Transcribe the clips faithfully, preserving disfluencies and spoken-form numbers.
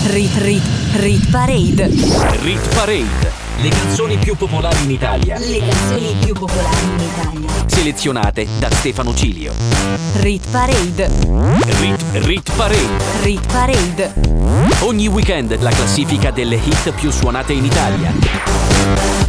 Rit Rit Rit Parade. Rit Parade. Le canzoni più popolari in Italia. Le canzoni più popolari in Italia. Selezionate da Stefano Cilio. Rit Parade. Rit Rit Parade. Rit Parade. Ogni weekend la classifica delle hit più suonate in Italia.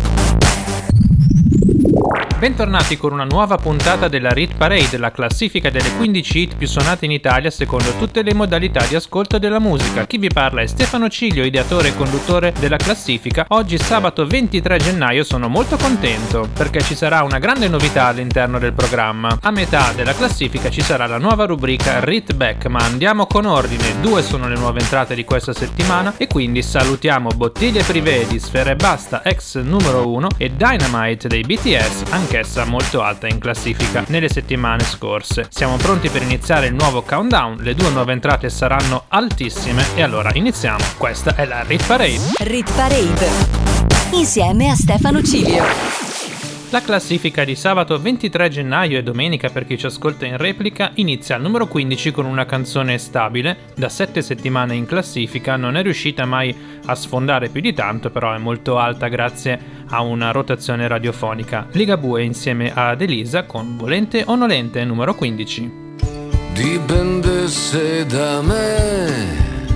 Bentornati con una nuova puntata della Rit Parade, la classifica delle quindici hit più suonate in Italia secondo tutte le modalità di ascolto della musica. Chi vi parla è Stefano Cilio, ideatore e conduttore della classifica. Oggi sabato ventitré gennaio sono molto contento perché ci sarà una grande novità all'interno del programma. A metà della classifica ci sarà la nuova rubrica Rit Back, ma andiamo con ordine. Due sono le nuove entrate di questa settimana e quindi salutiamo Bottiglie Privé di Sfera Ebbasta, ex numero uno, e Dynamite dei B T S, anche essa molto alta in classifica nelle settimane scorse. Siamo pronti per iniziare il nuovo countdown, le due nuove entrate saranno altissime e allora iniziamo. Questa è la Rit Parade. Rit Parade insieme a Stefano Cilio. La classifica di sabato ventitré gennaio e domenica per chi ci ascolta in replica inizia al numero quindici con una canzone stabile, da sette settimane in classifica, non è riuscita mai a sfondare più di tanto, però è molto alta grazie a una rotazione radiofonica. Ligabue insieme ad Elisa con Volente o Nolente, numero quindici. Dipendesse da me,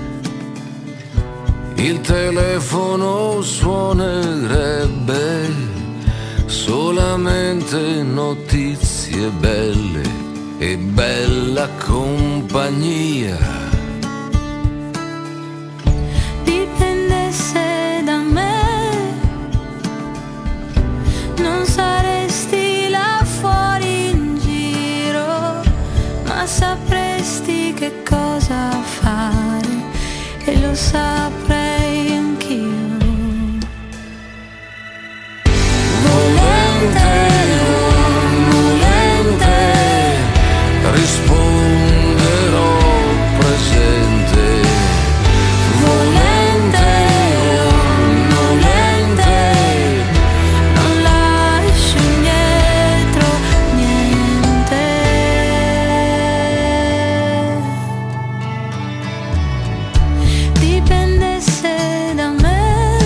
il telefono suonerebbe solamente notizie belle e bella compagnia. Dipendesse da me, non saresti là fuori in giro, ma sapresti che cosa fare e lo saprei anch'io. Risponderò presente, volente o nolente, non lascio indietro niente. Dipendesse da me,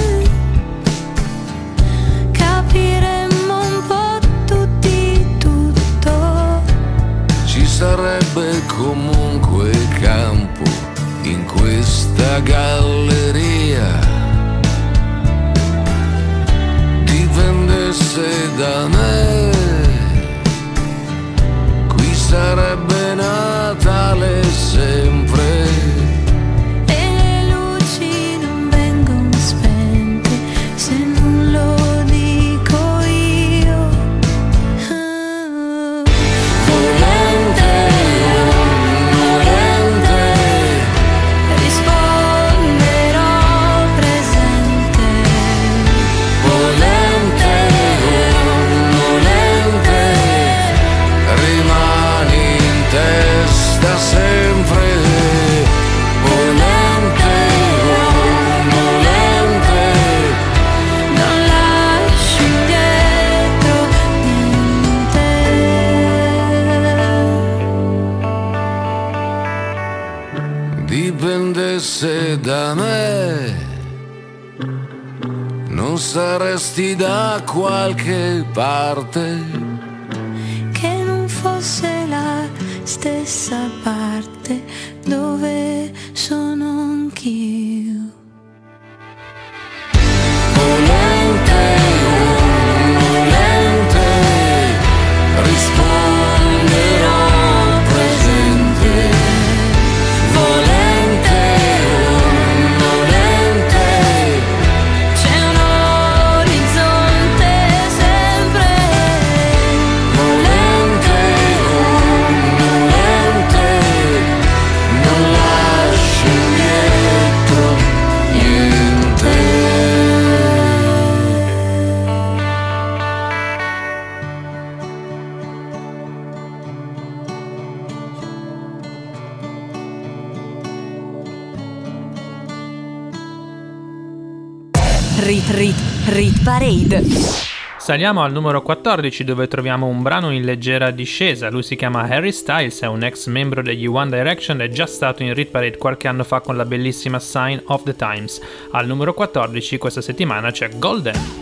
capiremmo un po' tutti tutto. ci sarebbe comunque campo in questa galleria. Dipendesse da me, qui sarebbe Natale sempre. E le luci non vengono spente se non lo dico io. Ah. Volente o nolente, Risponderò presente. volente o nolente, rimani in testa sempre. Volente o nolente, Non lascio indietro niente. dipendesse da me, non saresti da qualche parte. Che non fosse la stessa parte dove sono anch'io. Volente o nolente, risponderò presente. Volente o nolente, C'è un orizzonte sempre. volente o nolente, non lascio indietro niente. Rit Rit Rit Parade. Saliamo al numero quattordici dove troviamo un brano in leggera discesa. Lui si chiama Harry Styles, è un ex membro degli One Direction, è già stato in Hit Parade qualche anno fa con la bellissima Sign of the Times. Al numero quattordici questa settimana c'è Golden.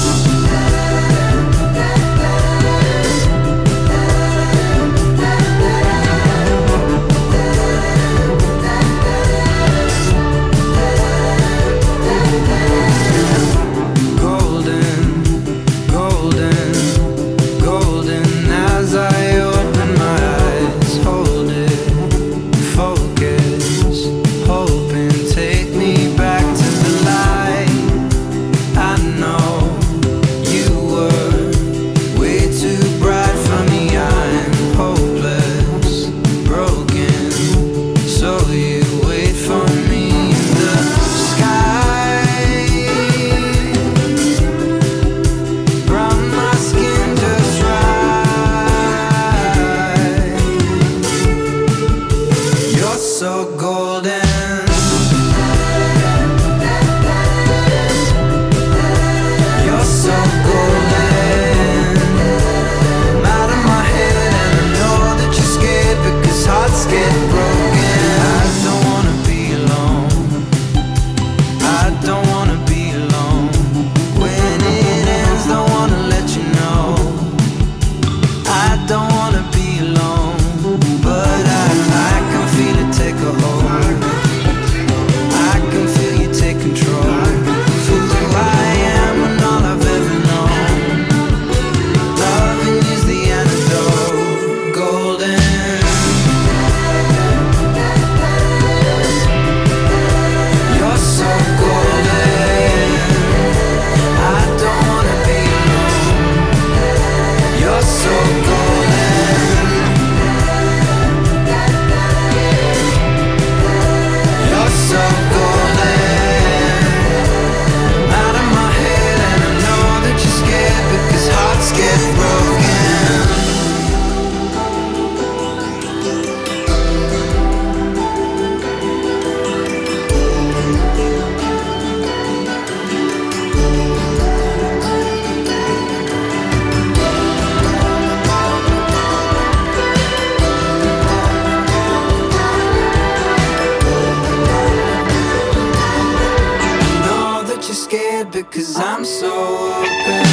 Because I'm so open.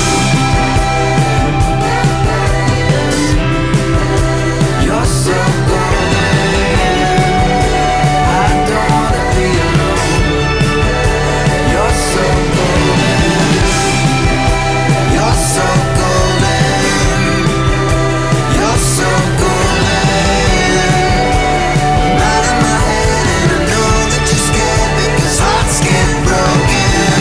You're so golden. I don't wanna be alone. You're so golden. You're so golden. You're so golden. I'm out of my head and I know that you're scared because hearts get broken.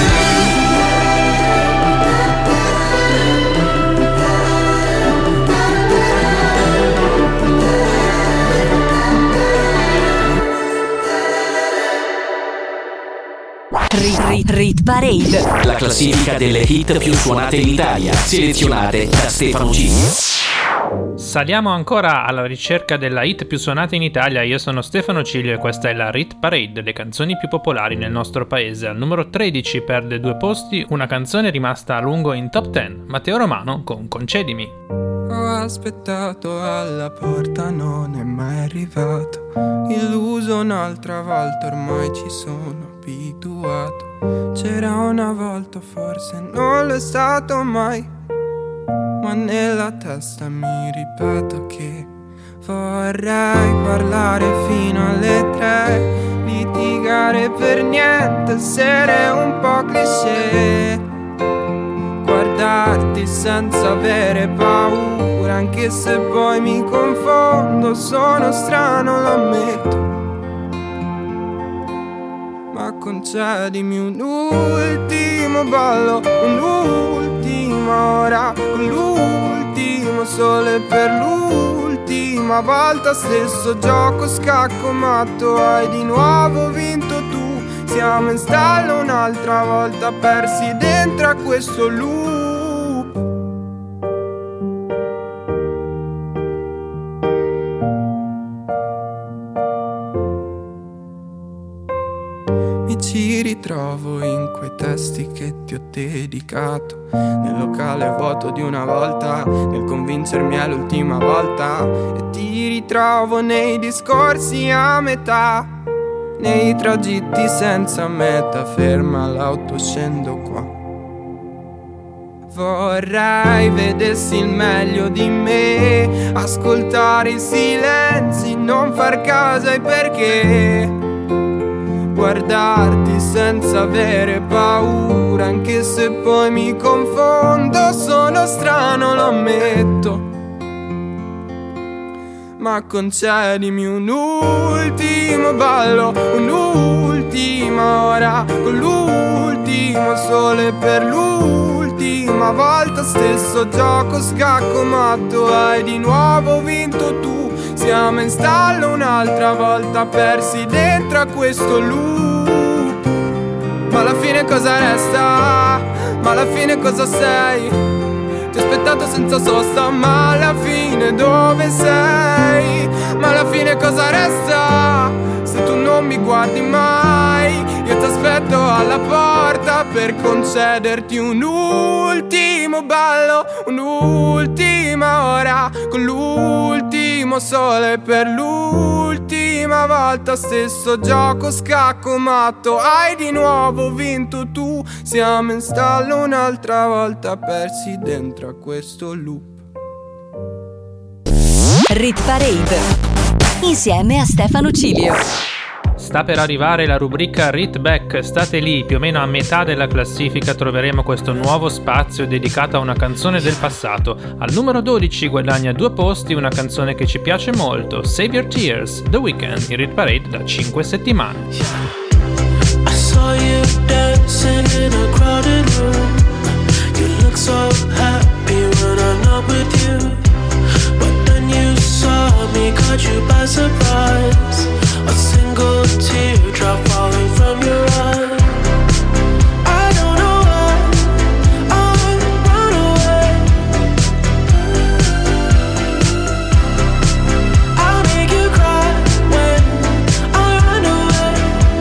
Rit, rit, rit Parade. La classifica delle hit più suonate in Italia, selezionate da Stefano Ciglio. Saliamo ancora alla ricerca della hit più suonata in Italia. Io sono Stefano Ciglio e questa è la Hit Parade, le canzoni più popolari nel nostro paese. Al numero tredici perde due posti una canzone rimasta a lungo in top dieci, Matteo Romano con Concedimi. Ho aspettato alla porta, non è mai arrivato. Illuso un'altra volta, ormai ci sono abituato. C'era una volta, forse non l'è stato mai. Ma nella testa mi ripeto che vorrei parlare fino alle tre, litigare per niente, essere un po' cliché, guardarti senza avere paura, anche se poi mi confondo, sono strano, lo ammetto. Ma concedimi un ultimo ballo, un'ultima ora, con l'ultimo sole per l'ultima volta. Stesso gioco, scacco matto, hai di nuovo vinto tu. Siamo in stallo un'altra volta, persi dentro a questo loop. Mi ci ritrovo in quei testi che ti ho dedicato, nel locale vuoto di una volta, nel convincermi è l'ultima volta. E ti ritrovo nei discorsi a metà, nei tragitti senza meta. Ferma l'auto, scendo qua. Vorrei vedessi il meglio di me, ascoltare i silenzi, non far caso ai perché, guardarti senza avere paura, anche se poi mi confondo. Sono strano, lo ammetto, ma concedimi un ultimo ballo, un'ultima ora, con l'ultimo sole per l'ultima volta. Stesso gioco, scacco matto, hai di nuovo vinto tu. Siamo in stallo un'altra volta, persi dentro a questo loop. Ma alla fine cosa resta? Ma alla fine cosa sei? Ti ho aspettato senza sosta, ma alla fine dove sei? Ma alla fine cosa resta? Se tu non mi guardi mai, io ti aspetto alla porta per concederti un ultimo ballo, un'ultima ora, con l'ultimo sole per l'ultima volta. Stesso gioco, scacco matto, hai di nuovo vinto tu. Siamo in stallo un'altra volta, persi dentro a questo loop. Rit Parade insieme a Stefano Cilio. Sta per arrivare la rubrica Rit Back, state lì, più o meno a metà della classifica troveremo questo nuovo spazio dedicato a una canzone del passato. Al numero dodici guadagna due posti una canzone che ci piace molto, Save Your Tears, The Weeknd, in Rit Parade da cinque settimane. I saw you dancing in a crowded room. You look so happy when I'm not with you. But then you saw me, caught you by surprise. A single teardrop falling from your eye. I don't know why I run away. I'll make you cry when I run away.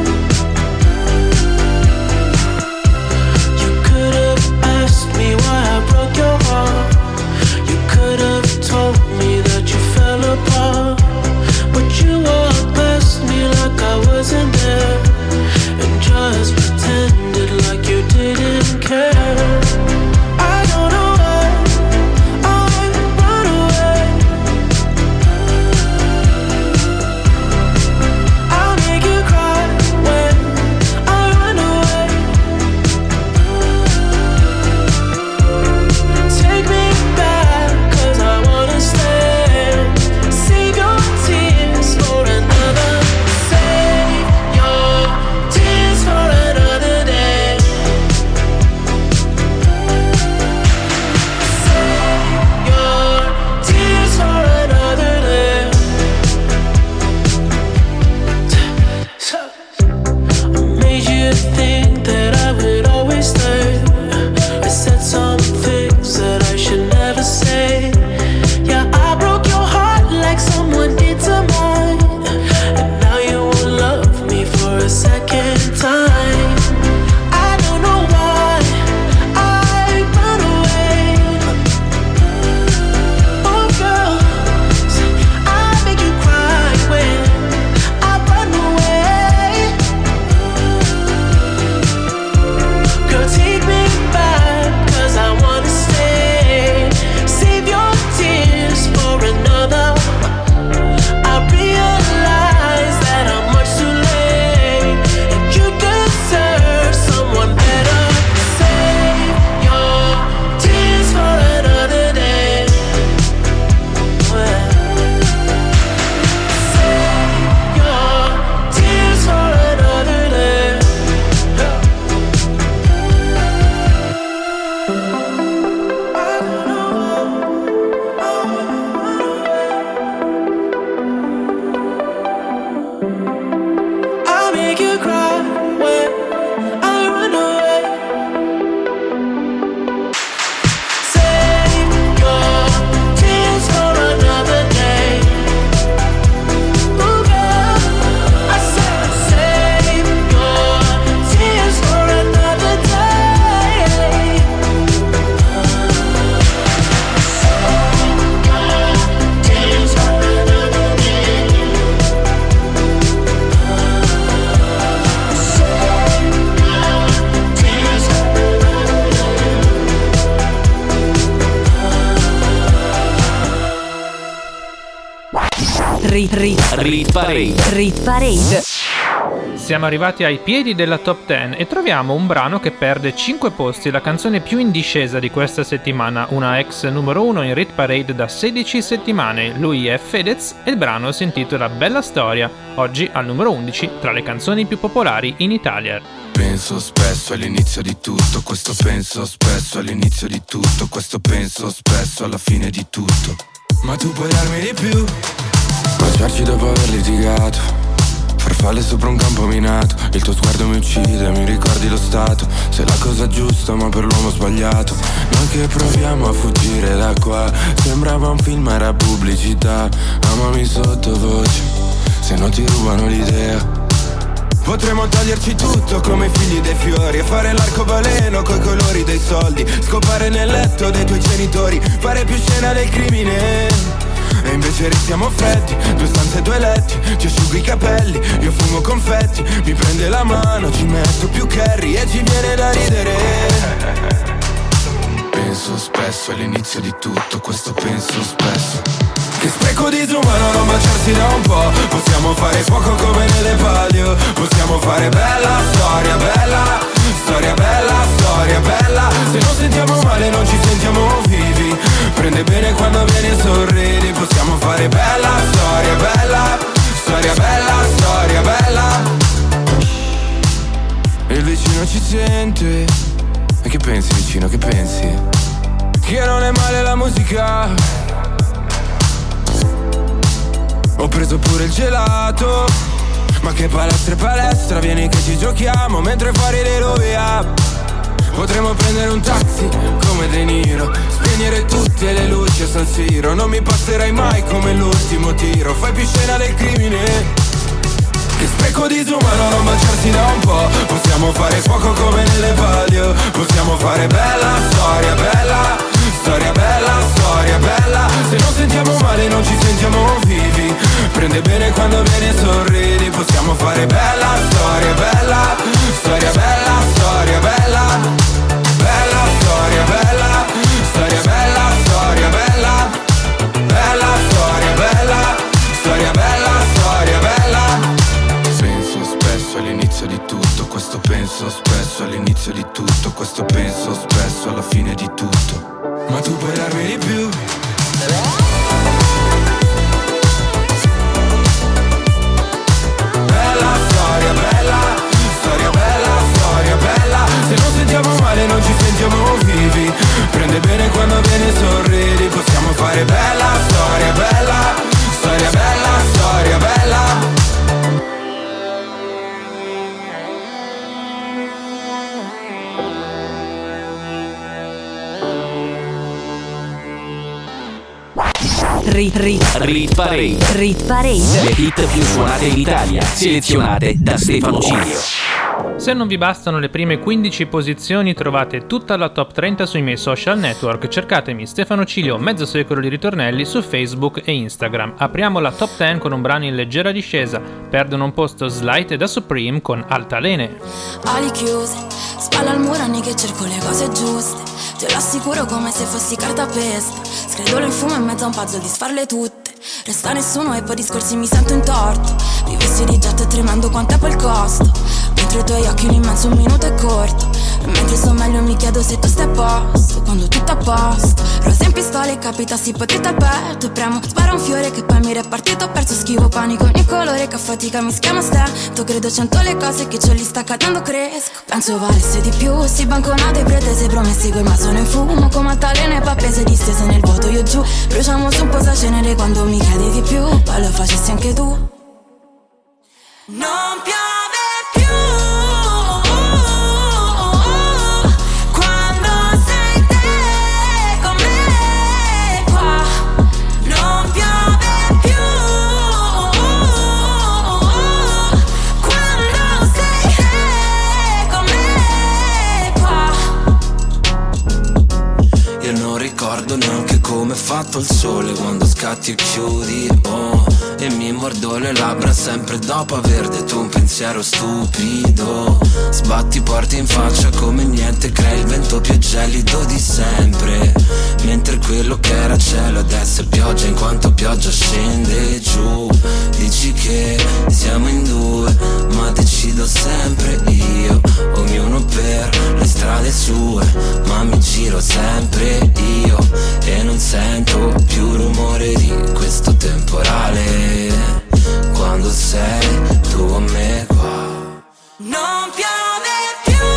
You could have asked me why I broke your heart. You could have told me that you fell apart. But you walked past me like I wasn't there, and just pretended like you didn't care. I don't know why I run away. I'll make you cry when I run away. Take me back, cause I wanna stay. Save your tears for another. Save your tears for another day. Save your tears for another day. So, I made you think that I would always stay. I said some things that I should never say. Yeah, I broke your heart like someone did to mine. And now you won't love me for a second time. I don't know why I run away. Oh girl, I make you cry when I run away. Rit, rit, Rit Parade. Rit Parade. Siamo arrivati ai piedi della top dieci e troviamo un brano che perde cinque posti, la canzone più in discesa di questa settimana, una ex numero uno in Rit Parade da sedici settimane. Lui è Fedez e il brano si intitola Bella Storia, oggi al numero undici tra le canzoni più popolari in Italia. Penso spesso all'inizio di tutto, questo penso spesso all'inizio di tutto, questo penso spesso alla fine di tutto. Ma tu puoi darmi di più. Baciarci dopo aver litigato, farfalle sopra un campo minato, il tuo sguardo mi uccide, mi ricordi lo stato. Sei la cosa giusta ma per l'uomo sbagliato. Noi che proviamo a fuggire da qua, sembrava un film, era pubblicità. Amami sottovoce, se no ti rubano l'idea. Potremmo toglierci tutto come figli dei fiori e fare l'arcobaleno coi colori dei soldi, scopare nel letto dei tuoi genitori, fare più scena del crimine. E invece restiamo freddi, due stanze e due letti, ti asciughi i capelli, io fumo confetti, mi prende la mano, ci metto più curry e ci viene da ridere. Penso spesso all'inizio di tutto, questo penso spesso. Che spreco disumano non baciarsi da un po'. Possiamo fare fuoco come nelle palio, possiamo fare bella storia, bella storia, bella storia, bella. Se non sentiamo male non ci sentiamo vivi, prende bene quando vieni e sorridi. Possiamo fare bella storia, bella storia, bella storia, bella. Il vicino ci sente. E che pensi vicino, che pensi? Che non è male la musica. Ho preso pure il gelato. Ma che palestra e palestra, vieni che ci giochiamo mentre fuori le rovia. Potremmo prendere un taxi come De Niro, spegnere tutte le luci a San Siro. Non mi passerai mai come l'ultimo tiro, fai più scena del crimine. Che spreco disumano non baciarsi da un po'. Possiamo fare fuoco come nelle palio, possiamo fare bella storia, bella storia, bella storia, bella. Se non sentiamo male non ci sentiamo vivi, prende bene quando vieni e sorridi. Possiamo fare bella storia, bella storia, bella storia, bella bella storia, bella storia, bella storia, bella bella storia, bella storia, bella storia, bella. Penso spesso all'inizio di tutto, questo penso spesso all'inizio di tutto, questo penso spesso alla fine di tutto. Ma tu puoi darmi di più. Bella storia, bella storia, bella storia, bella. Se non sentiamo male non ci sentiamo vivi, prende bene quando vieni e sorridi. Possiamo fare bella storia, bella storia, bella storia, bella. Rit, rit, Rit Parade. Rit Parade. Le hit più suonate in Italia, selezionate da Stefano Cilio. Se non vi bastano le prime quindici posizioni, trovate tutta la top trenta sui miei social network. Cercatemi Stefano Cilio, mezzo secolo di ritornelli su Facebook e Instagram. Apriamo la top dieci con un brano in leggera discesa. Perdono un posto Slight e da Supreme con Altalene. Ali chiuse, spalla al muro anni che cerco le cose giuste. Te lo assicuro come se fossi cartapesta. Scredolo in fumo in mezzo a un puzzle di sfarle tutte. Resta nessuno e poi discorsi mi sento in torto. Vivessi di getto e tremando quanto è quel costo. Dentro i tuoi occhi un immenso un minuto è corto. E mentre sto meglio mi chiedo se tu stai a posto. Quando tutto a posto, rosa in pistola e capitassi potete al petto. E premo, spara un fiore che poi mi repartito. Ho perso schivo panico, ogni colore che a fatica mi schiama stento. Credo cento le cose che ce li sta cadendo cresco. Penso valesse di più, si banconate pretese promessi quel ma sono in fumo. Come altalene pappese distese nel vuoto io giù. Bruciamo su un po' sa cenere quando mi chiedi di più. Poi lo facessi anche tu. Non piove più quando sei te con me qua. Non piove più quando sei te con me qua. Io non ricordo neanche come è fatto il sole quando scatti e chiudi, oh. E mi mordo le labbra sempre dopo aver detto un pensiero stupido. Sbaglio sbatti porti in faccia come niente, crei il vento più gelido di sempre. Mentre quello che era cielo adesso è pioggia, in quanto pioggia scende giù. Dici che siamo in due, ma decido sempre io. Ognuno per le strade sue, ma mi giro sempre io. E non sento più rumore di questo temporale, quando sei tu con me qua. Non piove più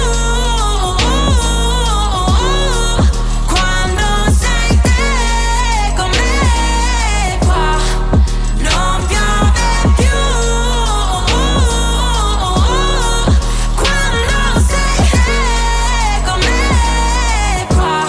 quando sei te con me qua. Non piove più quando sei te con me qua.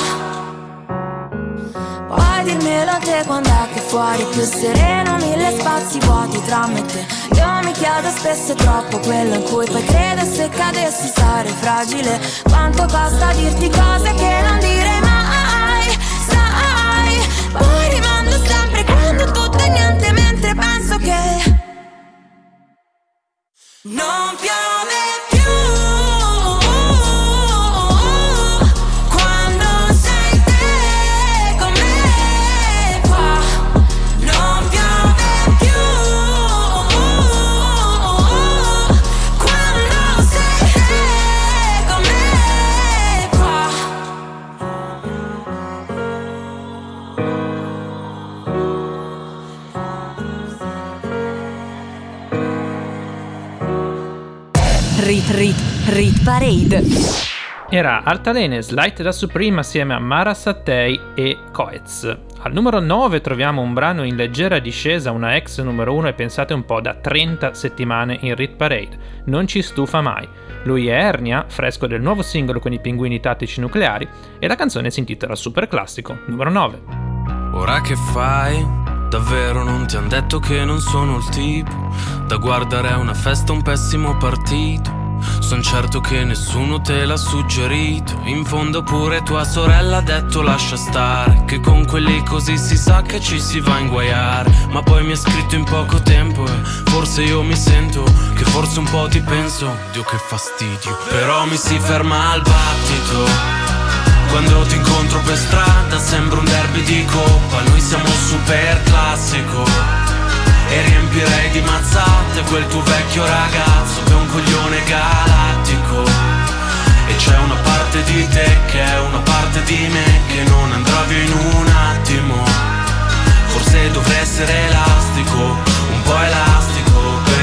Puoi dirmelo a te quando è che fuori più sereno, mille spazi vuoti tra me e te. Io mi chiedo spesso è troppo quello in cui poi credo, se cadessi sarei fragile. Quanto costa dirti cose che non direi mai, sai. Poi rimando sempre quando tutto è niente, mentre penso che non piove più quando sei te con me qua. Non piove più quando sei te con me qua. Rit Rit Rit Parade. Era Altalene, Slight da Supreme assieme a Mara Sattei e Coez. Al numero nove troviamo un brano in leggera discesa, una ex numero uno e pensate un po' da trenta settimane in Rit Parade. Non ci stufa mai. Lui è Ernia, fresco del nuovo singolo con i pinguini tattici nucleari, e la canzone si intitola Super Classico, numero nove. Ora che fai? Davvero non ti han detto che non sono il tipo da guardare a una festa, un pessimo partito. Son certo che nessuno te l'ha suggerito. In fondo pure tua sorella ha detto lascia stare, che con quelli così si sa che ci si va a inguaiare. Ma poi mi ha scritto in poco tempo e forse io mi sento che forse un po' ti penso. Dio che fastidio. Però mi si ferma al battito quando ti incontro per strada, sembra un derby di coppa. Noi siamo super classico e riempirei di mazzate quel tuo vecchio ragazzo che è un coglione galattico. E c'è una parte di te che è una parte di me che non andrà via in un attimo. Forse dovrei essere elastico, un po' elastico,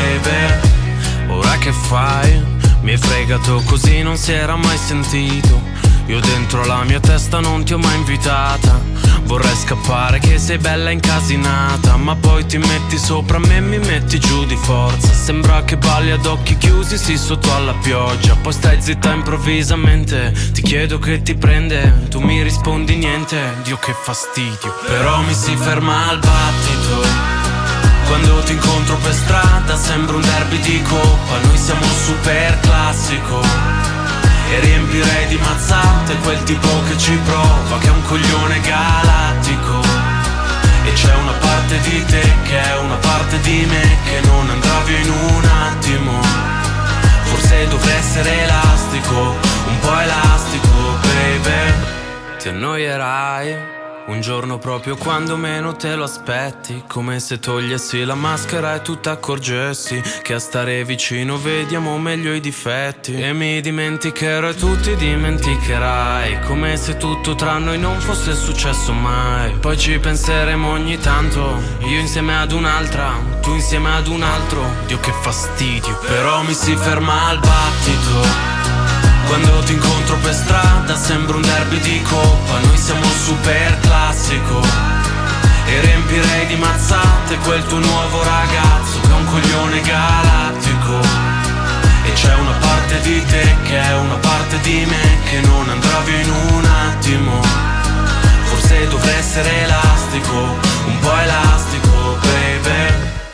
baby. Ora che fai? Mi hai fregato così, non si era mai sentito. Io dentro la mia testa non ti ho mai invitata. Vorrei scappare che sei bella incasinata, ma poi ti metti sopra me e mi metti giù di forza. Sembra che balli ad occhi chiusi, sì, sotto alla pioggia. Poi stai zitta improvvisamente, ti chiedo che ti prende, tu mi rispondi niente. Dio che fastidio. Però mi si ferma al battito quando ti incontro per strada, sembra un derby di coppa. Noi siamo super classico e riempirei di mazzate quel tipo che ci prova, che è un coglione galattico. E c'è una parte di te che è una parte di me che non andrà via in un attimo. Forse dovrei essere elastico, un po' elastico, baby. Ti annoierai un giorno proprio quando meno te lo aspetti, come se togliessi la maschera e tu t'accorgessi che a stare vicino vediamo meglio i difetti. E mi dimenticherò e tu ti dimenticherai, come se tutto tra noi non fosse successo mai. Poi ci penseremo ogni tanto, io insieme ad un'altra, tu insieme ad un altro. Dio che fastidio. Però mi si ferma al battito quando ti incontro per strada, sembra un derby di coppa. Noi siamo super classico e riempirei di mazzate quel tuo nuovo ragazzo che è un coglione galattico. E c'è una parte di te che è una parte di me che non andrà via in un attimo. Forse dovrei essere elastico, un po' elastico, baby.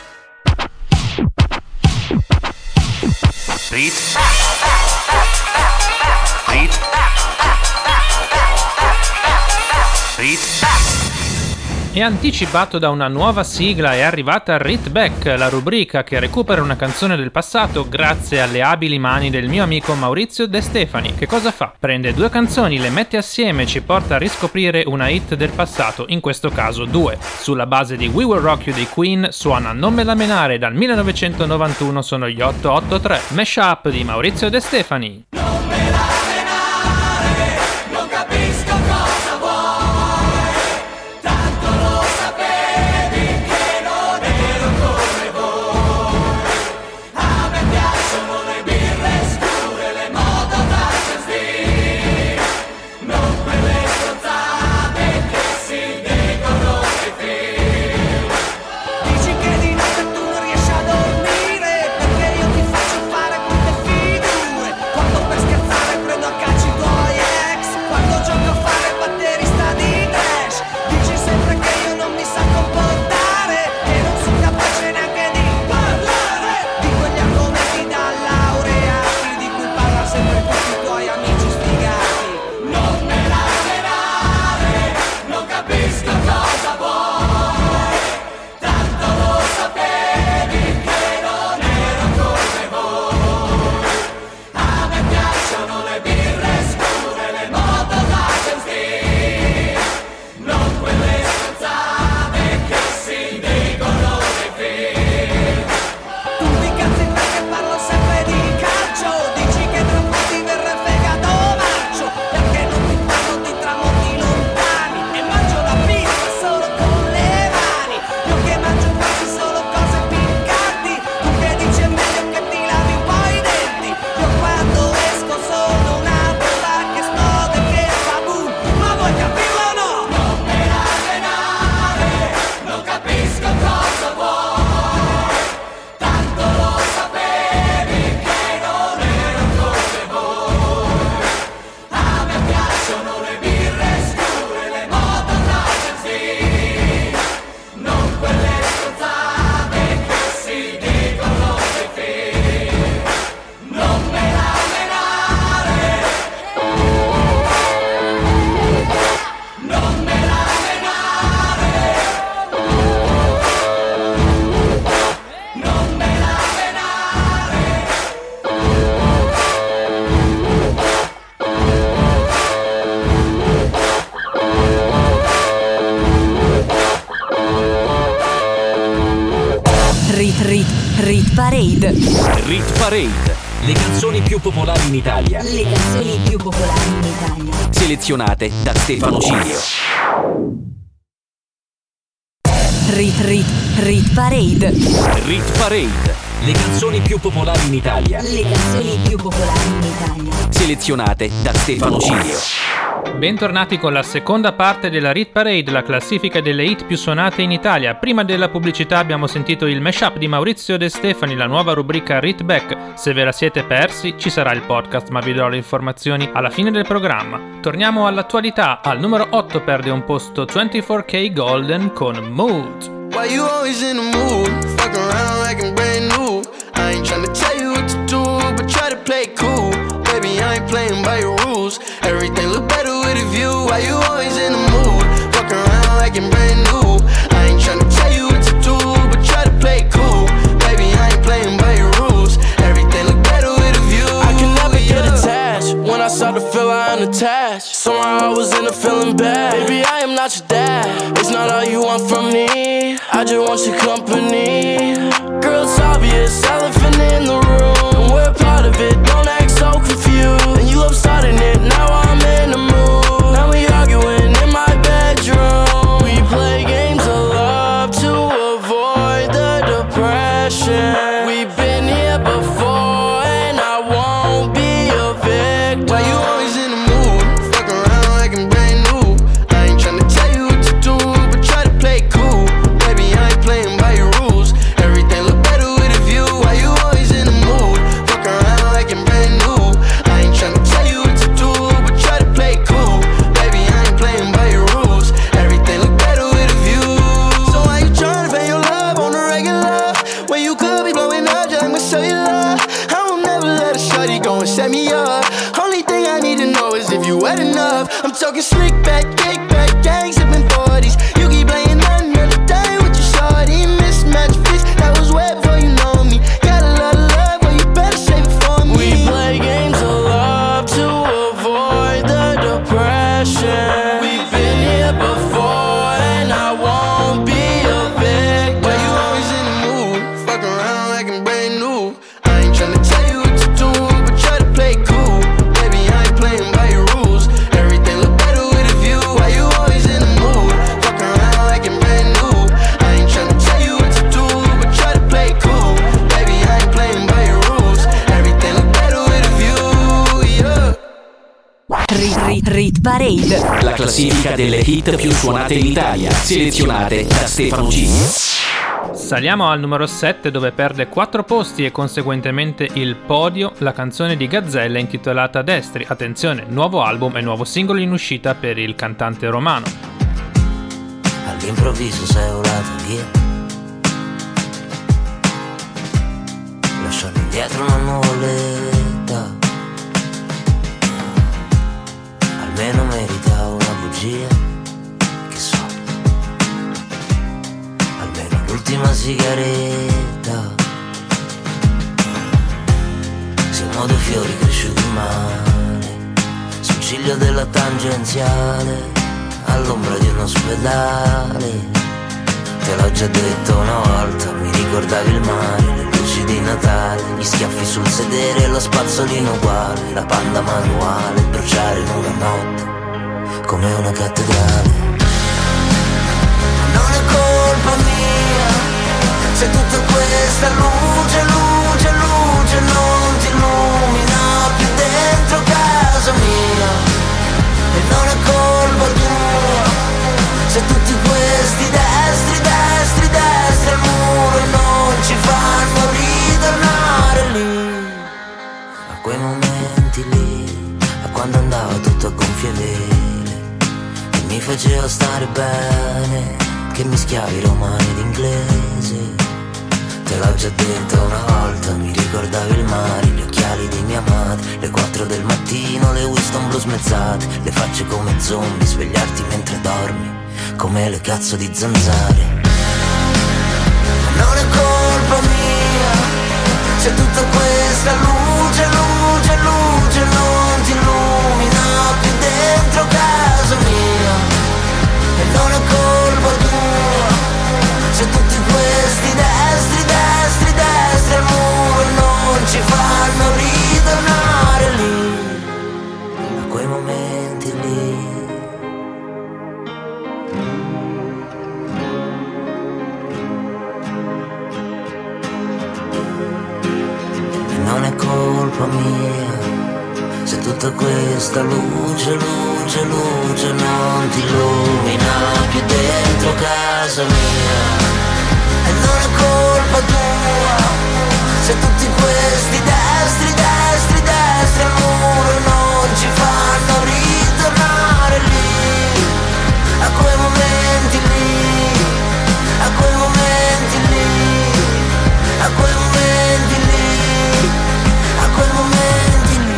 Rit Rit Rit E anticipato da una nuova sigla è arrivata Rit Back, la rubrica che recupera una canzone del passato grazie alle abili mani del mio amico Maurizio De Stefani. Che cosa fa? Prende due canzoni, le mette assieme e ci porta a riscoprire una hit del passato, in questo caso due. Sulla base di We Will Rock You dei Queen suona Non me la menare, dal millenovecentonovantuno sono gli otto otto tre, mashup di Maurizio De Stefani. Non me la menare, non capisco cosa vuoi, tanto lo sapevi che non ero come voi. A me piacciono le birre scure, le moto da cestini, non quelle stronzate che si dicono nei film. Dici che di notte tu non riesci a dormire, perché io ti faccio fare quelle figure, quando per scherzare prendo a calci i tuoi ex, quando gioco a fare batterista di trash. Dici sempre che io non mi sa comportare, che non sono capace neanche di parlare di quegli argomenti da laureati di cui parla sempre tutti i tuoi amici sfigati. Non me la menare, non capisco cosa vuoi, tanto lo sapevi che non ero come voi. A me piacciono le birre scure, le moto da cestini, non quelle stronzate che si dicono nei film. Tu ti cazzi perché parlo sempre di calcio, dici che tra un po' ti verrà il fegato marcio, perché non ti parlo di tramonti lontani e mangio la pizza solo con le mani. Io che mangio quasi solo cose piccanti, tu che dici è meglio che ti lavi un po' i denti. Io quando esco sono una bomba che esplode, che fa boom, ma vuoi capirlo o no? Non me la menare, non capisco cosa vuoi, tanto lo sapevi che non ero come voi. A me piacciono le birre scure, le moto da benzina, non quelle stronzate che si dicono nei film. Non me la menare, non me la menare, non me la menare. Rit Rit Rit Parade. Rit Parade, le canzoni più popolari in Italia, Le canzoni più popolari in Italia. selezionate da Stefano Cilio. Rit Rit Rit Parade. Rit Parade, le canzoni più popolari in Italia, Le canzoni più popolari in Italia. selezionate da Stefano Cilio. Bentornati con la seconda parte della Rit Parade, la classifica delle hit più suonate in Italia. Prima della pubblicità abbiamo sentito il mashup di Maurizio De Stefani, la nuova rubrica Rit Back. Se ve la siete persi ci sarà il podcast, ma vi darò le informazioni alla fine del programma. Torniamo all'attualità. Al numero otto perde un posto ventiquattro K Golden con Mood. Why you always in the mood? Fuck around like I'm brand new. I ain't tryna tell you what to do, but try to play it cool. Baby, I ain't playing by your rules. Everything look better with a view. Why you always in the mood? Fuck around like I'm brand new. I ain't tryna tell you what to do, but try to play it cool. Baby, I ain't playing by your rules. Everything look better with a view. I can never get yeah. attached. When I start to feel I unattached, somehow I was in a feeling bad. Baby, I am not your dad. It's not all you want from me. I just want your company. Girl, it's obvious, elephant in the room, and we're part of it. Don't act so confused. And you love starting it. Now I'm in the mood. Now we arguing in my bedroom. We play games of love to avoid the depression. We've been here before, and I won't be a victim. Why you always in the mood? Fuck around like I'm brand new. I ain't tryna tell you what to do, but try to play it cool. Baby, I ain't playing by your rules. Everything look better with a view. Why you always in the mood? Fuck around like I'm brand new. I ain't tryna tell you what to do, but try to play it cool. Baby, I ain't playing by your rules. Everything look better with a view. So why you tryna pay your love on the regular, when you could be blowing up just like my cellular? I will never let a shawty go and set me up. Only thing I need to know is if you wet enough. I'm talking slick back, kick back, gang sipping forties. You keep playing Rit, rit, rit Parade. La classifica delle hit più suonate in Italia, selezionate da Stefano Cilio. Saliamo al numero sette, dove perde quattro posti e conseguentemente il podio la canzone di Gazzella intitolata Destri. Attenzione, nuovo album e nuovo singolo in uscita per il cantante romano. All'improvviso sei volata via, lasciando indietro una nuvoletta. Almeno meritavo una bugia, che so, almeno l'ultima sigaretta. Siamo due fiori cresciuti male, sul ciglio della tangenziale, all'ombra di un ospedale. Te l'ho già detto una volta, mi ricordavi il mare, le luci di Natale, gli schiaffi sul sedere, lo spazzolino uguale, la panda manuale, bruciare in una notte come una cattedrale. Non è colpa mia se tutta questa luce, luce, luce non ti illumina più dentro casa mia. E non è colpa tua se tutti questi destri, destri, destri al muro non ci fanno ritornare lì, a quei momenti lì, a quando andava tutto a gonfie vele e mi faceva stare bene, che mischiavi romani ed inglese. Te l'ho già detto una volta, mi ricordavi il mare, gli occhiali di mia madre, le quattro del mattino, le Winston blu smezzate, le facce come zombie, svegliarti mentre dormi come le cazzo di zanzare. Non è colpa mia se tutta questa luce, luce, luce non ti illumina più dentro casa mia. E non è colpa tua se tutti questi destri, destri, destri al muro non ci fanno ritornare lì, a quei momenti lì. Non è colpa mia se tutta questa luce, luce, luce non ti illumina più dentro casa mia. E non è colpa tua se tutti questi destri, destri, destri al muro non ci fanno ritornare lì, a quei momenti lì, a quei momenti lì, a quei momenti lì, a quei momenti lì.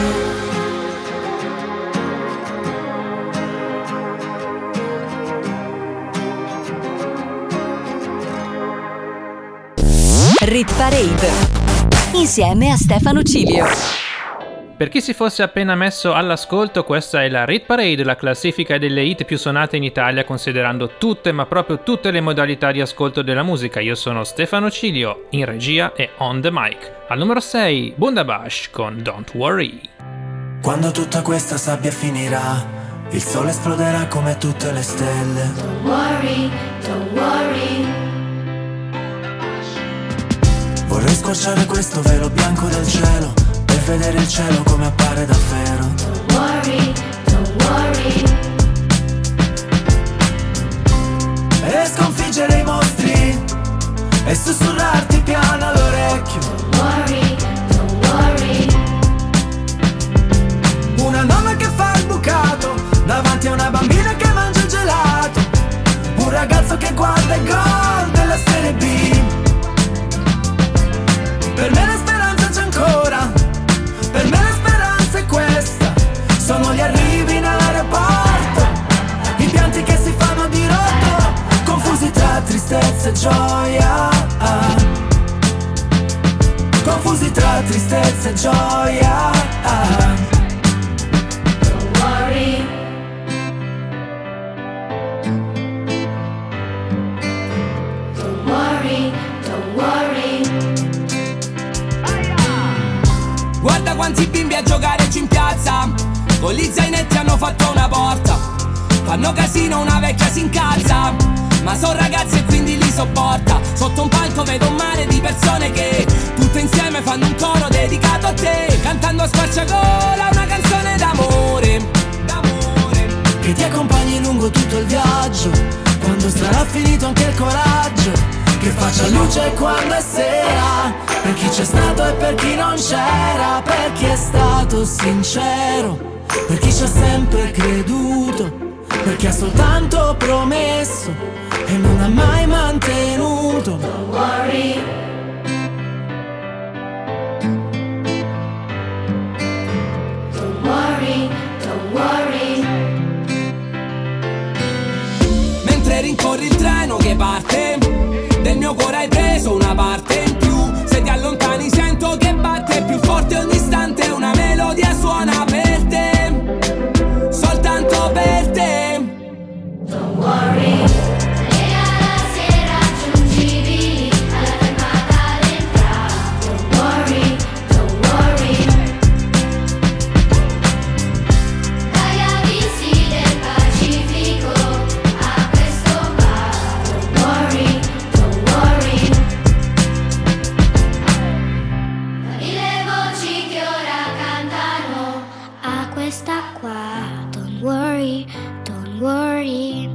Rit Parade insieme a Stefano Cilio. Per chi si fosse appena messo all'ascolto, questa è la Rit Parade, la classifica delle hit più suonate in Italia considerando tutte, ma proprio tutte le modalità di ascolto della musica. Io sono Stefano Cilio, in regia e on the mic. Al numero sei, Bundabash con Don't Worry. Quando tutta questa sabbia finirà, il sole esploderà come tutte le stelle. Don't worry, don't worry. Vorrei squarciare questo velo bianco del cielo per vedere il cielo come appare davvero. Don't worry, don't worry. E sconfiggere i mostri e sussurrarti piano all'orecchio. Don't worry, don't worry. Una nonna che fa il bucato davanti a una bambina che mangia il gelato. Un ragazzo che guarda il gol della Serie B. Per me la speranza c'è ancora, per me la speranza è questa. Sono gli arrivi in aeroporto, i pianti che si fanno di rotto, confusi tra tristezza e gioia, confusi tra tristezza e gioia. Don't worry. Don't worry, don't worry. Guarda quanti bimbi a giocare giù in piazza, con gli zainetti hanno fatto una porta. Fanno casino, una vecchia si incazza, ma son ragazzi e quindi li sopporta. Sotto un palco vedo un mare di persone che tutte insieme fanno un coro dedicato a te, cantando a squarciagola una canzone d'amore. faccia luce quando è sera, per chi c'è stato e per chi non c'era, per chi è stato sincero, per chi ci ha sempre creduto, per chi ha soltanto promesso e non ha mai mantenuto. Don't worry. Don't worry, don't worry. Mentre rincorri il treno che parte, del mio cuore hai preso una parte in più. Se ti allontani sento che batte più forte ogni istante, una melodia suona per te, soltanto per te. Don't worry. Se alla sera giungivi alla fermata d'entrata, don't worry, don't worry. Dagli abissi del Pacifico a questo bar, don't worry, don't worry. Togli le voci che ora cantano a questa qua, don't worry, don't worry.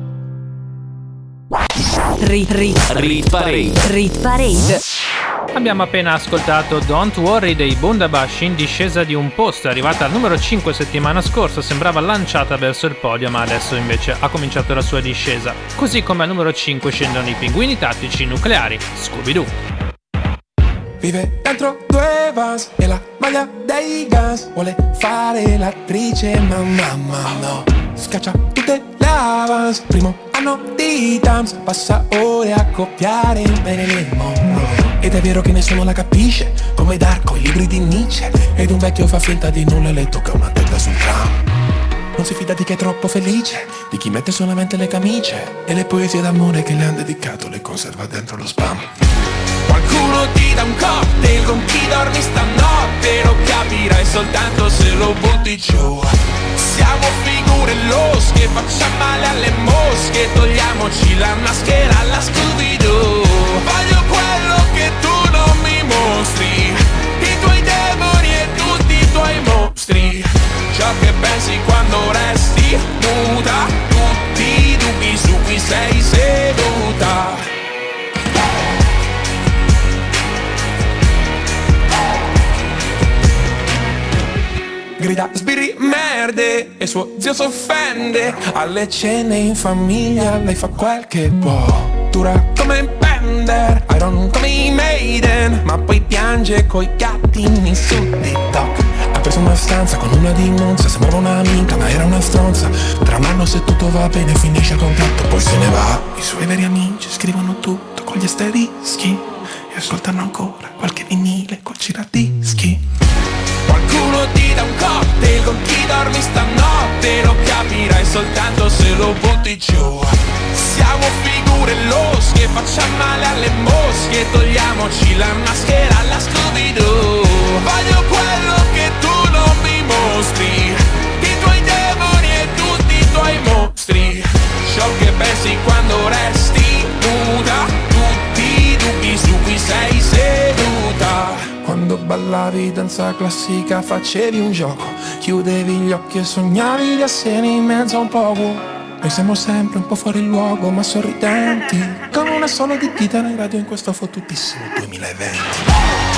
Rit, rit, Rit Parade. Rit Parade. Abbiamo appena ascoltato Don't Worry dei Bundabash in discesa di un posto, è arrivata al numero cinque settimana scorsa, sembrava lanciata verso il podio ma adesso invece ha cominciato la sua discesa. Così come al numero cinque scendono i Pinguini Tattici Nucleari, Scooby-Doo. Vive dentro due vans e la maglia dei Guns, vuole fare l'attrice ma mamma no, scaccia tutte le avance, primo anno di Tams, passa ore a copiare Marilyn Monroe. Ed è vero che nessuno la capisce, come Darko, i libri di Nietzsche, ed un vecchio fa finta di nulla e le tocca una testa sul tram. Non si fida di chi è troppo felice, di chi mette solamente le camicie, e le poesie d'amore che le han dedicato le conserva dentro lo spam. Qualcuno ti dà un cocktail con chi dormi stanotte, lo capirai soltanto se lo butti giù. Siamo figure losche, facciamo male alle mosche, togliamoci la maschera alla Scooby-Doo. Voglio quello che tu non mi mostri, i tuoi demoni e tutti i tuoi mostri, ciò che pensi quando resti muta, tutti i dubbi su cui sei seduta. Grida sbirri merde e suo zio s'offende, alle cene in famiglia lei fa quel che può, dura come Bender, Iron come i Maiden, ma poi piange coi gattini su TikTok. Ha preso una stanza con una di Monza, sembrava una minca ma era una stronza. Tra un anno se tutto va bene finisce il contratto, poi se ne va. I suoi veri amici scrivono tutto con gli asterischi e ascoltano ancora qualche vinile col giradischi. Qualcuno ti dà un cocktail con chi dormi stanotte, lo capirai soltanto se lo butti giù. Siamo figure losche, facciamo male alle mosche, togliamoci la maschera alla Scooby-Doo. Voglio quello che tu non mi mostri, i tuoi demoni e tutti i tuoi mostri, ciò che pensi quando resti nuda, tutti i dubbi su cui sei seduta. Quando ballavi danza classica facevi un gioco, chiudevi gli occhi e sognavi di essere in mezzo a un poco. Noi siamo sempre un po' fuori luogo ma sorridenti, con una sola di chitarra in radio in questo fottutissimo duemilaventi.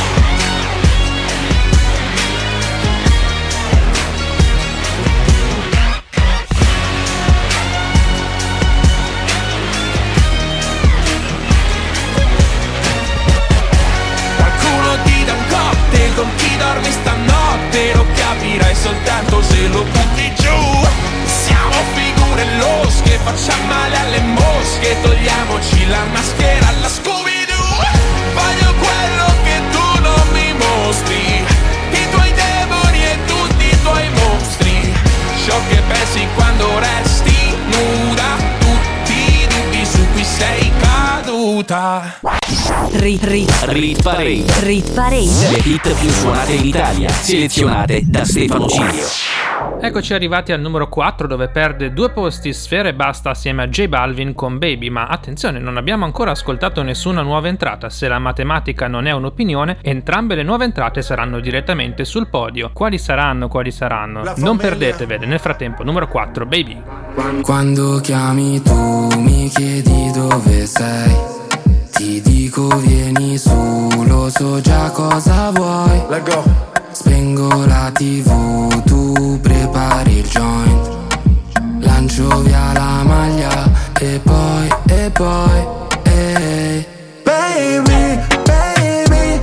Con chi dormi stanotte, lo capirai soltanto se lo butti giù. Siamo figure losche, facciamo male alle mosche, togliamoci la maschera alla Scooby-Doo. Voglio quello che tu non mi mostri, i tuoi demoni e tutti i tuoi mostri, ciò che pensi quando resti nuda, tutti i dubbi su cui sei caduta. Rit, rit, Rit Parade. Rit Parade. Le hit più suonate in Italia, selezionate da Stefano Cilio. Eccoci arrivati al numero quattro, dove perde due posti Sfera Ebbasta assieme a J Balvin con Baby, ma attenzione, non abbiamo ancora ascoltato nessuna nuova entrata. Se la matematica non è un'opinione, entrambe le nuove entrate saranno direttamente sul podio. Quali saranno, quali saranno? Non perdetevele. Nel frattempo, numero quattro, Baby. Quando chiami tu mi chiedi dove sei, Ti dico vieni su, lo so già cosa vuoi. Let go. Spengo la tivù, tu prepari il joint. Lancio via la maglia e poi, e poi, ehi. Baby, baby,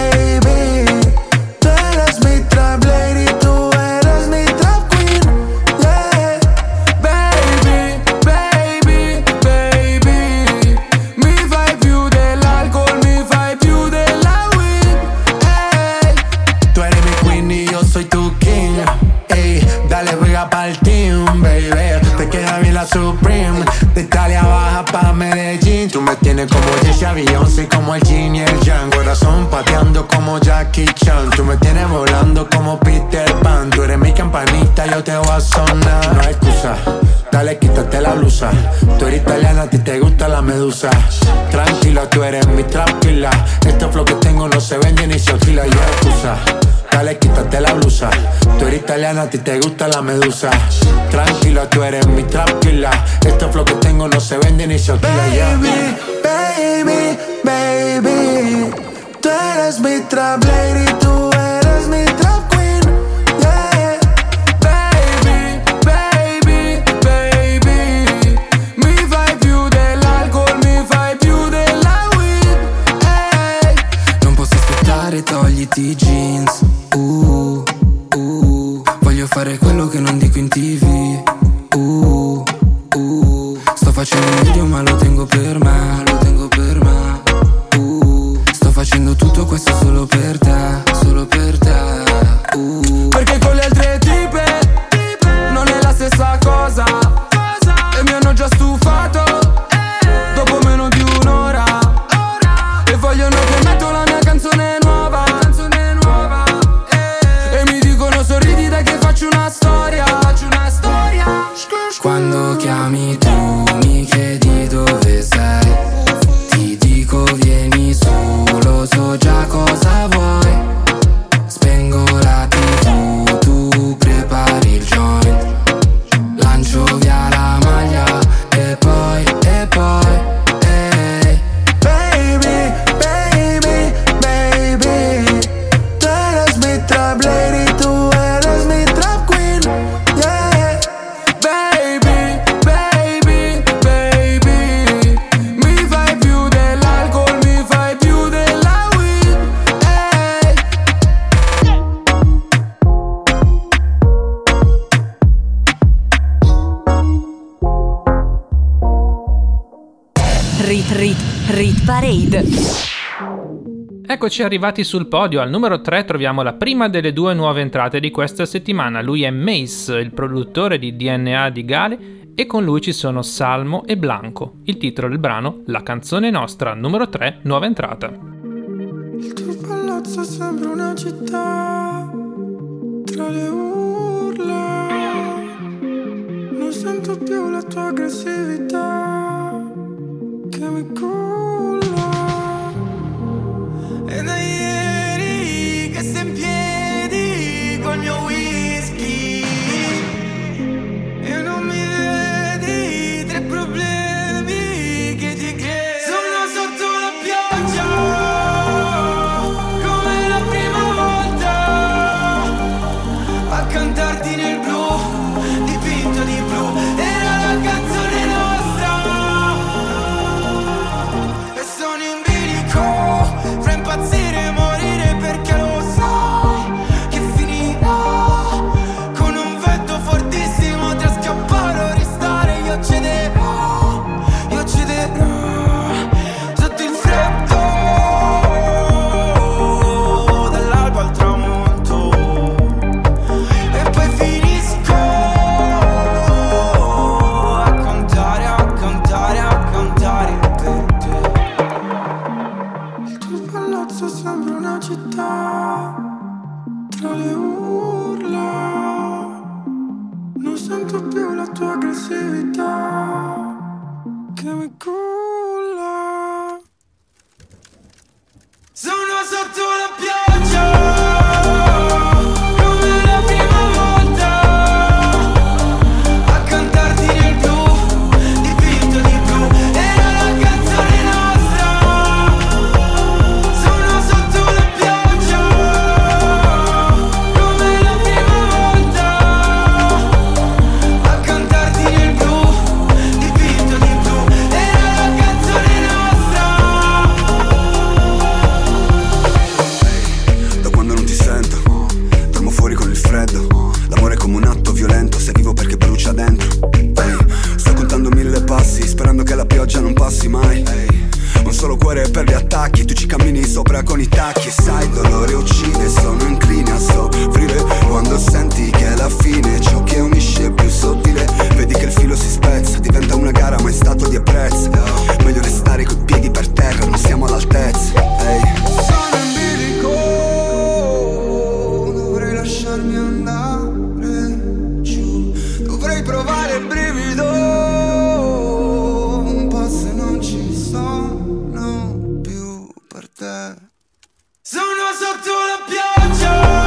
baby, tú eres mi trap lady, tú eres mi trap queen, yeah. Baby, baby, baby, mi fai più dell'alcol, mi fai più della weed, ey. Tú eres mi queen y yo soy tu king, ey. Dale pega pa'l team, baby. Te queda bien la Supreme. De Italia baja pa' Medellín. Tú me tienes como Jessie Beyoncé, como el Yin y el Yang. Corazón pateando como Jackie Chan. Tú me tienes volando como Peter Pan. Tú eres mi campanita, yo te voy a sonar. No hay excusa, dale quítate la blusa. Tú eres italiana, a ti te gusta la medusa. Tranquila, tú eres mi trap killer. Este flow que tengo no se vende ni se alquila. Y excusa, dale quítate la blusa. Tú eres italiana, a ti te gusta la medusa. Tranquila, tú eres mi trap killer. Este flow que tengo no se vende ni se alquila. Baby, baby, baby, tú eres mi trap lady, tú eres mi trap queen, yeah. Baby, baby, baby, mi fai più dell'alcol, mi fai più della weed, ey. Non posso aspettare, togliti i jeans. Uh, uh, voglio fare quello che non dico in tivù. Uh, uh, sto facendo un video ma lo tengo per me, lo tengo per me. Uh, sto facendo tutto questo solo per te, solo per te. Uh, Perché con le altre tipe non è la stessa cosa, e mi hanno già stufato dopo meno di un'ora. E vogliono che metto la mia canzone nuova, canzone nuova, e mi dicono sorridi dai che faccio una storia, faccio una storia. quando chiami tu mi chiedi dove sei. Ti dico vieni su, lo so già cosa vuoi. Spengo la tivù, tu prepari il joint. Lancio via la maglia e poi, e poi, ehi. Baby, baby, baby, tú eres mi trap lady, tú eres mi trap queen, yeah. Baby, baby, baby, mi fai più dell'alcol, mi fai più della weed, ey. Rit Rit Rit Parade. Eccoci arrivati sul podio. Al numero tre troviamo la prima delle due nuove entrate di questa settimana. Lui è Mace, il produttore di D N A di Gale, e con lui ci sono Salmo e Blanco. Il titolo del brano, La canzone nostra, numero tre, nuova entrata. Il tuo palazzo sembra una città tra le urla. Non sento più la tua aggressività che mi culla. E da ieri che sei in piedi col mio whisky e non mi vedi, tre problemi che ti crei. Sono sotto la pioggia come la prima volta, a cantarti nel blu, dipinto di blu. Era la canzone nostra. abbassi mai. Un solo cuore per gli attacchi, tu ci cammini sopra con i tacchi. E sai, il dolore uccide, sono incline a soffrire quando senti che è la fine. Ciò che unisce è più sottile, vedi che il filo si spezza, diventa una gara ma è stato di apprezzo. Meglio restare coi piedi per terra, non siamo all'altezza. Hey. Sono in bilico, dovrei lasciarmi andare giù, dovrei provare il brivido, un po' se non ci sono più per te. Sono sotto la pioggia.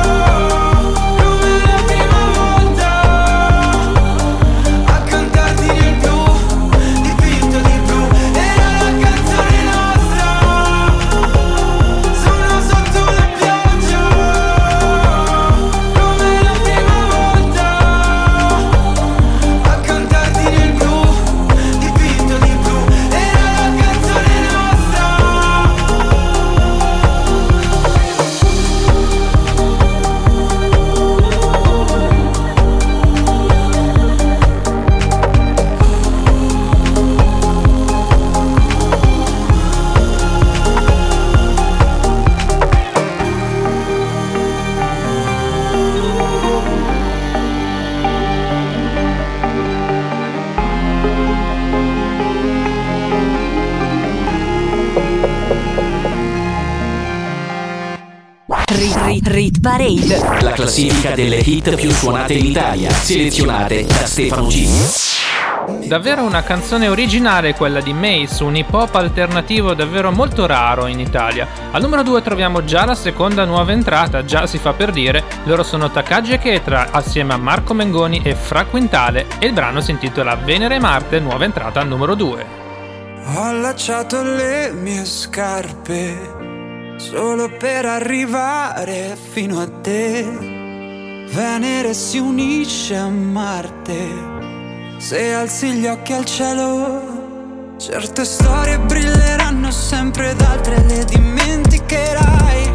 Rit Parade, la classifica delle hit più suonate in Italia, selezionate da Stefano G. Davvero una canzone originale quella di Mace, un hip hop alternativo davvero molto raro in Italia. Al numero due troviamo già la seconda nuova entrata, già si fa per dire. Loro sono Takagi e Ketra assieme a Marco Mengoni e Fra Quintale e il brano si intitola Venere e Marte, nuova entrata al numero due. Ho allacciato le mie scarpe solo per arrivare fino a te. Venere si unisce a Marte se alzi gli occhi al cielo. Certe storie brilleranno sempre ed altre le dimenticherai.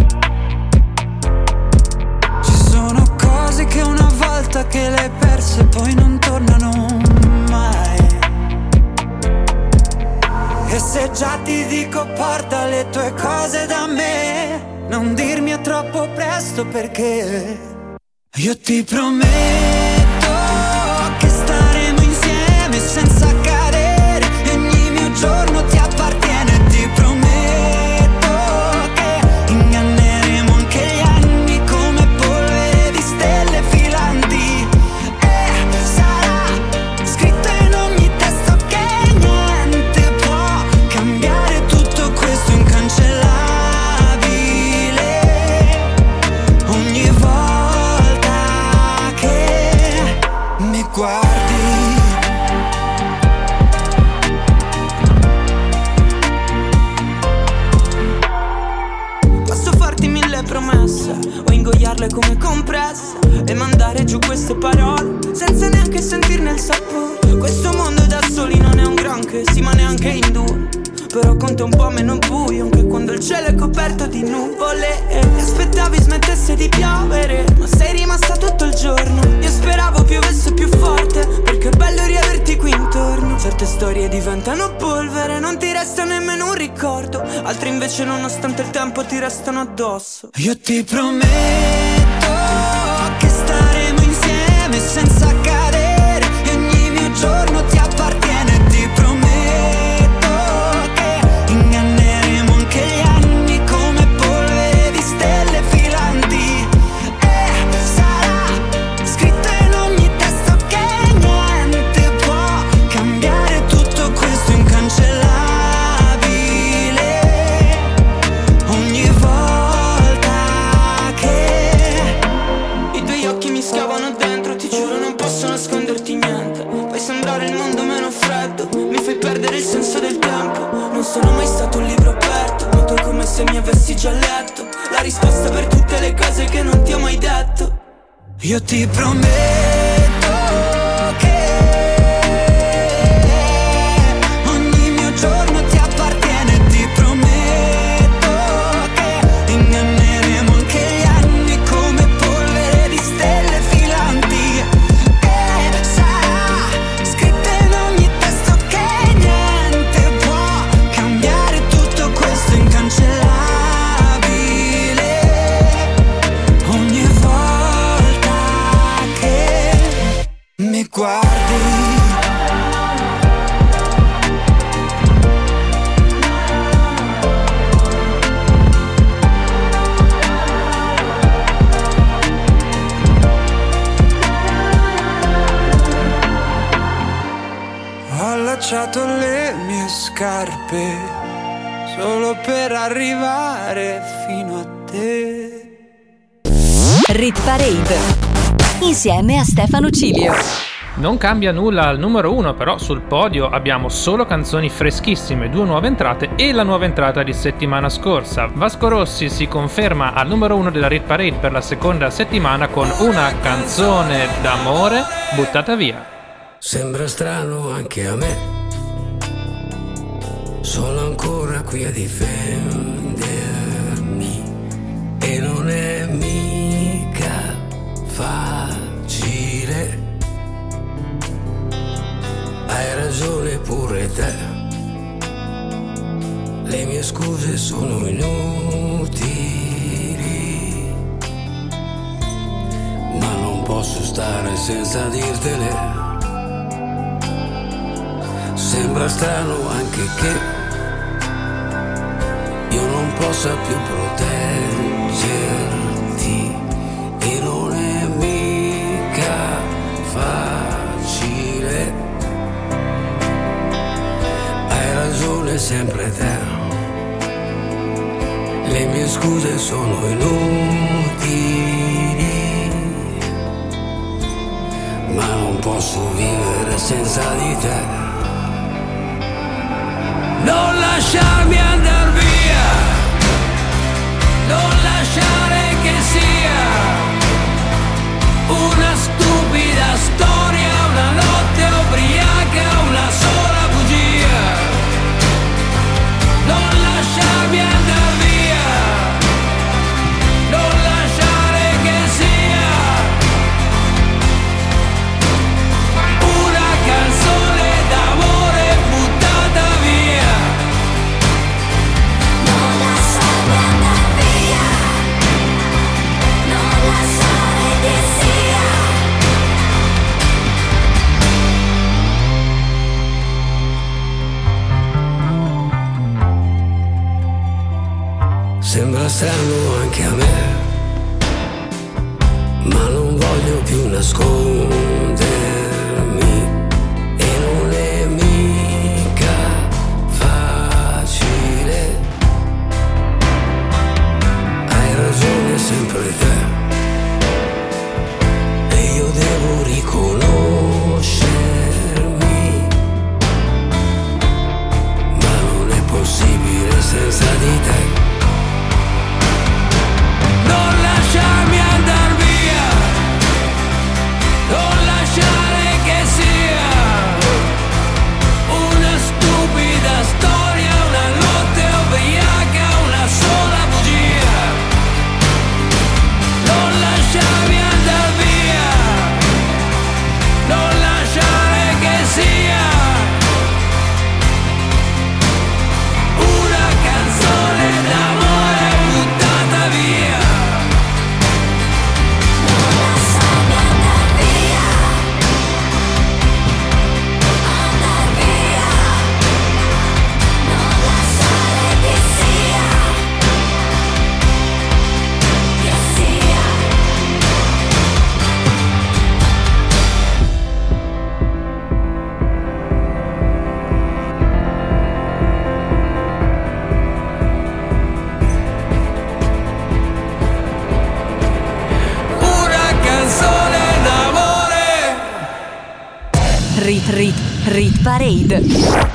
Ci sono cose che una volta che le hai perse poi non tornano mai. E se già ti dico porta le tue cose da me, non dirmi è troppo presto perché io ti prometto che staremo insieme senza cadere e ogni mio giorno ti appartiene. Ti prometto che inganneremo anche gli anni come polvere di stelle filanti. E sarà scritto in ogni testo che niente può cambiare tutto questo incancellabile. Ogni volta che mi guardi posso farti mille promesse o ingoiarle come compresse e mandare giù queste parole senza neanche sentirne il sapore. Questo mondo da soli non è un granché, sì ma neanche in due, però conta un po' meno buio anche quando il cielo è coperto di nuvole. E aspettavi smettesse di piovere ma sei rimasta tutto il giorno. Io speravo piovesse più forte perché è bello riaverti qui intorno. Certe storie diventano polvere, non ti resta nemmeno un ricordo, altre invece nonostante il tempo ti restano addosso. Io ti prometto che staremo insieme senza cadere e ogni mio giorno ti appartiene. Ti prometto che inganneremo anche gli anni come polvere di stelle filanti. E sarà scritto in ogni testo che niente può cambiare tutto questo incancellabile. Ogni volta che i tuoi occhi mi scavano dentro, ti giuro non posso nasconderti niente. Fai sembrare il mondo meno freddo, mi fai perdere il senso del tempo. Non sono mai stato un libro aperto, ma tu è come se mi avessi già letto la risposta per tutte le cose che non ti ho mai detto. Io ti prometto che ogni mio giorno ti appartiene. Ti prometto che inganneremo anche gli anni come polvere di stelle filanti. E sarà scritto in ogni testo che niente stracciato le mie scarpe solo per arrivare fino a te. Rit Parade insieme a Stefano Cilio. Non cambia nulla al numero uno, però sul podio abbiamo solo canzoni freschissime, due nuove entrate e la nuova entrata di settimana scorsa. Vasco Rossi si conferma al numero uno della Rit Parade per la seconda settimana con Una canzone d'amore buttata via. Sembra strano anche a me, sono ancora qui a difendermi e non è mica facile. Hai ragione pure te, le mie scuse sono inutili, ma non posso stare senza dirtele. Sembra strano anche che io non possa più proteggerti e non è mica facile. Hai ragione sempre te, le mie scuse sono inutili, ma non posso vivere senza di te. Non lasciarmi andar via, non lasciare che sia una stupida storia, una notte ubriaca, una sola bugia. Non lasciarmi andar via, non lasciare che sia una canzone d'amore buttata via. Sembra strano anche a me, ma non voglio più nascondermi e non è mica facile. Hai ragione sempre te e io devo riconoscermi, ma non è possibile senza di te. Non lasciarmi andar via, non lasciare che sia una stupida storia, una notte ubriaca, una sola bugia. Non lasciarmi andar via, non lasciare che sia una canzone d'amore buttata via. Rit Rit Rit Parade.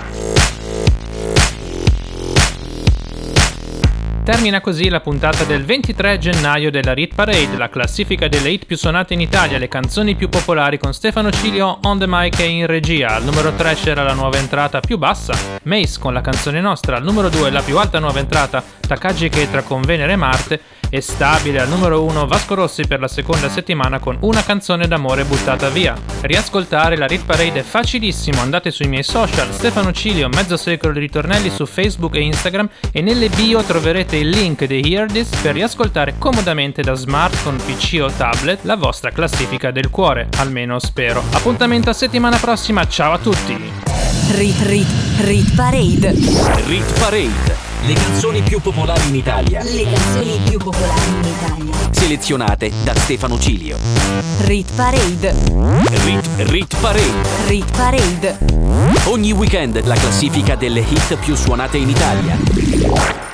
Termina così la puntata del ventitré gennaio della Rit Parade, la classifica delle hit più suonate in Italia, le canzoni più popolari con Stefano Cilio on the mic e in regia. Al numero tre c'era la nuova entrata più bassa, Mace con la canzone nostra. Al numero due la più alta nuova entrata, Takagi Ketra con Venere e Marte. E stabile al numero uno Vasco Rossi per la seconda settimana con Una canzone d'amore buttata via. Riascoltare la Rit Parade è facilissimo, andate sui miei social, Stefano Cilio, mezzo secolo di ritornelli su Facebook e Instagram, e nelle bio troverete il link dei Hear This per riascoltare comodamente da smartphone, P C o tablet la vostra classifica del cuore, almeno spero. Appuntamento a settimana prossima, ciao a tutti! Rit Rit Rit Parade. Rit Parade. Le canzoni più popolari in Italia. Le canzoni più popolari in Italia. Selezionate da Stefano Cilio. Rit Parade. Rit, Rit Parade. Rit Parade. Ogni weekend la classifica delle hit più suonate in Italia.